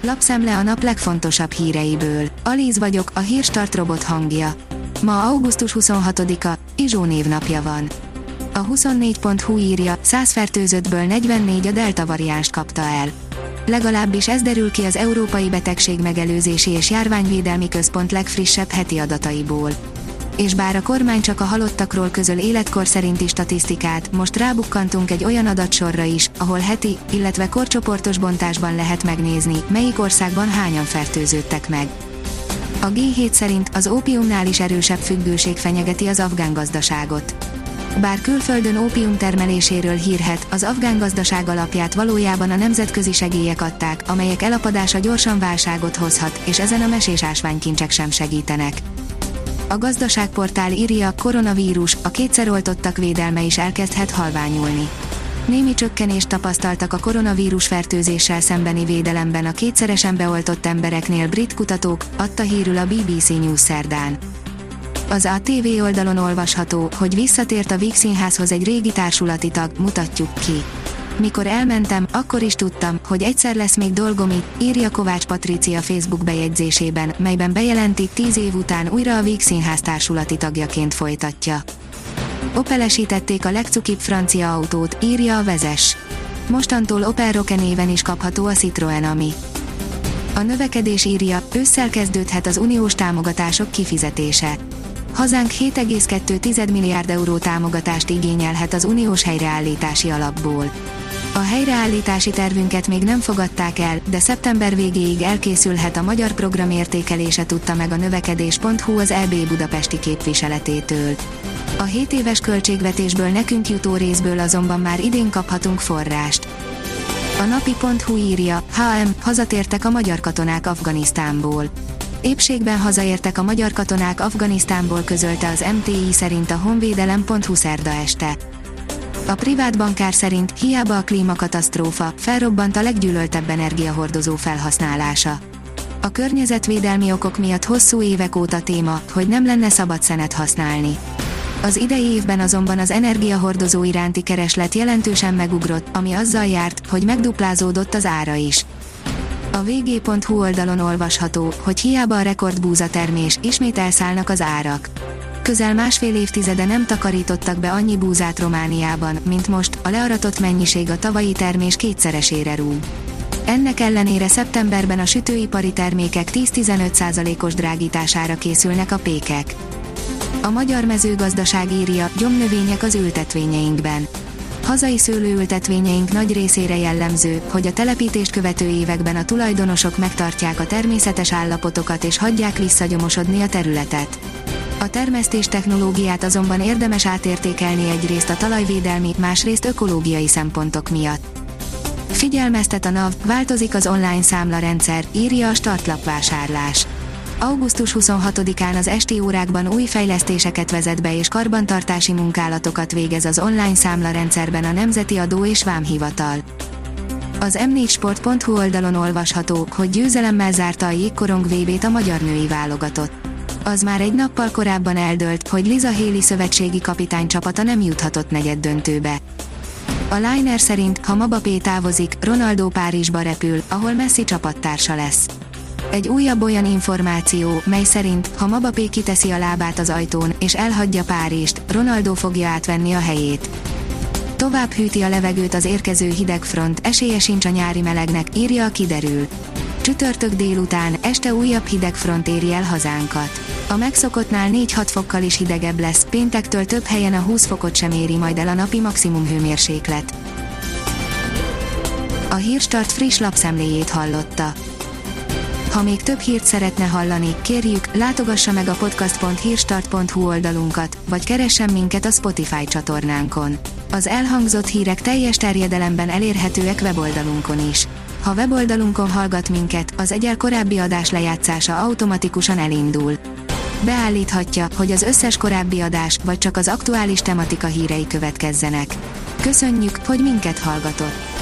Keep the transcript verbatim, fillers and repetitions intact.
Lapszemle a nap legfontosabb híreiből. Alíz vagyok, a Hírstart robot hangja. Ma augusztus huszonhatodika, Izsó névnapja van. A huszonnégy pont hu írja, száz fertőzöttből negyvennégy a delta variánst kapta el. Legalábbis ez derül ki az Európai Betegség Megelőzési és Járványvédelmi Központ legfrissebb heti adataiból. És bár a kormány csak a halottakról közöl életkor szerinti statisztikát, most rábukkantunk egy olyan adatsorra is, ahol heti, illetve korcsoportos bontásban lehet megnézni, melyik országban hányan fertőződtek meg. A gé hét szerint az ópiumnál is erősebb függőség fenyegeti az afgán gazdaságot. Bár külföldön ópium termeléséről hírhedt, az afgán gazdaság alapját valójában a nemzetközi segélyek adták, amelyek elapadása gyorsan válságot hozhat, és ezen a mesés ásványkincsek sem segítenek. A gazdaságportál írja, koronavírus, a kétszer oltottak védelme is elkezdhet halványulni. Némi csökkenést tapasztaltak a koronavírus fertőzéssel szembeni védelemben a kétszeresen beoltott embereknél brit kutatók, adta hírül a bé bé cé News szerdán. Az á té vé oldalon olvasható, hogy visszatért a Víg Színházhoz egy régi társulati tag, mutatjuk ki. Mikor elmentem, akkor is tudtam, hogy egyszer lesz még dolgom itt, írja Kovács Patrícia Facebook bejegyzésében, melyben bejelenti, tíz év után újra a Víg Színház társulati tagjaként folytatja. Opelesítették a legcukibb francia autót, írja a Vezes. Mostantól Opel Roque néven is kapható a Citroën Ami. A növekedés írja, ősszel kezdődhet az uniós támogatások kifizetése. Hazánk hét egész kettő milliárd euró támogatást igényelhet az uniós helyreállítási alapból. A helyreállítási tervünket még nem fogadták el, de szeptember végéig elkészülhet a magyar program értékelése, tudta meg a növekedés pont hu az é bé budapesti képviseletétől. A hét éves költségvetésből nekünk jutó részből azonban már idén kaphatunk forrást. A napi pont hu írja, há em, hazatértek a magyar katonák Afganisztánból. Épségben hazaértek a magyar katonák Afganisztánból, közölte az em té i szerint a honvédelem pont hu szerda este. A privát bankár szerint hiába a klímakatasztrófa, felrobbant a leggyűlöltebb energiahordozó felhasználása. A környezetvédelmi okok miatt hosszú évek óta téma, hogy nem lenne szabad szenet használni. Az idei évben azonban az energiahordozó iránti kereslet jelentősen megugrott, ami azzal járt, hogy megduplázódott az ára is. A vé gé pont hu oldalon olvasható, hogy hiába a rekordbúza termés, ismét elszállnak az árak. Közel másfél évtizede nem takarítottak be annyi búzát Romániában, mint most, a learatott mennyiség a tavalyi termés kétszeresére rúg. Ennek ellenére szeptemberben a sütőipari termékek tíz-tizenöt százalékos drágítására készülnek a pékek. A magyar mezőgazdaság írja, gyomnövények az ültetvényeinkben. Hazai szőlőültetvényeink nagy részére jellemző, hogy a telepítést követő években a tulajdonosok megtartják a természetes állapotokat és hagyják visszagyomosodni a területet. A termesztés technológiát azonban érdemes átértékelni, egyrészt a talajvédelmi, másrészt ökológiai szempontok miatt. Figyelmeztet a NAV, változik az online számlarendszer, írja a Startlapvásárlás. augusztus huszonhatodikán az esti órákban új fejlesztéseket vezet be és karbantartási munkálatokat végez az online számlarendszerben a Nemzeti Adó és Vámhivatal. Az em négy sport pont hu oldalon olvasható, hogy győzelemmel zárta a jégkorong vé bét a magyar női válogatott. Az már egy nappal korábban eldőlt, hogy Liza Haley szövetségi kapitány csapata nem juthatott negyeddöntőbe. A Liner szerint, ha Mbappé távozik, Ronaldo Párizsba repül, ahol Messi csapattársa lesz. Egy újabb olyan információ, mely szerint, ha Mbappé kiteszi a lábát az ajtón, és elhagyja Párizst, Ronaldo fogja átvenni a helyét. Tovább hűti a levegőt az érkező hideg front, esélye sincs a nyári melegnek, írja a Kiderül. Csütörtök délután, este újabb hideg front éri el hazánkat. A megszokottnál négy-hat fokkal is hidegebb lesz, péntektől több helyen a húsz fokot sem éri majd el a napi maximum hőmérséklet. A Hírstart friss lapszemléjét hallotta. Ha még több hírt szeretne hallani, kérjük, látogassa meg a podcast pont hírstart pont hu oldalunkat, vagy keressen minket a Spotify csatornánkon. Az elhangzott hírek teljes terjedelemben elérhetőek weboldalunkon is. Ha weboldalunkon hallgat minket, az egyel korábbi adás lejátszása automatikusan elindul. Beállíthatja, hogy az összes korábbi adás, vagy csak az aktuális tematika hírei következzenek. Köszönjük, hogy minket hallgatott!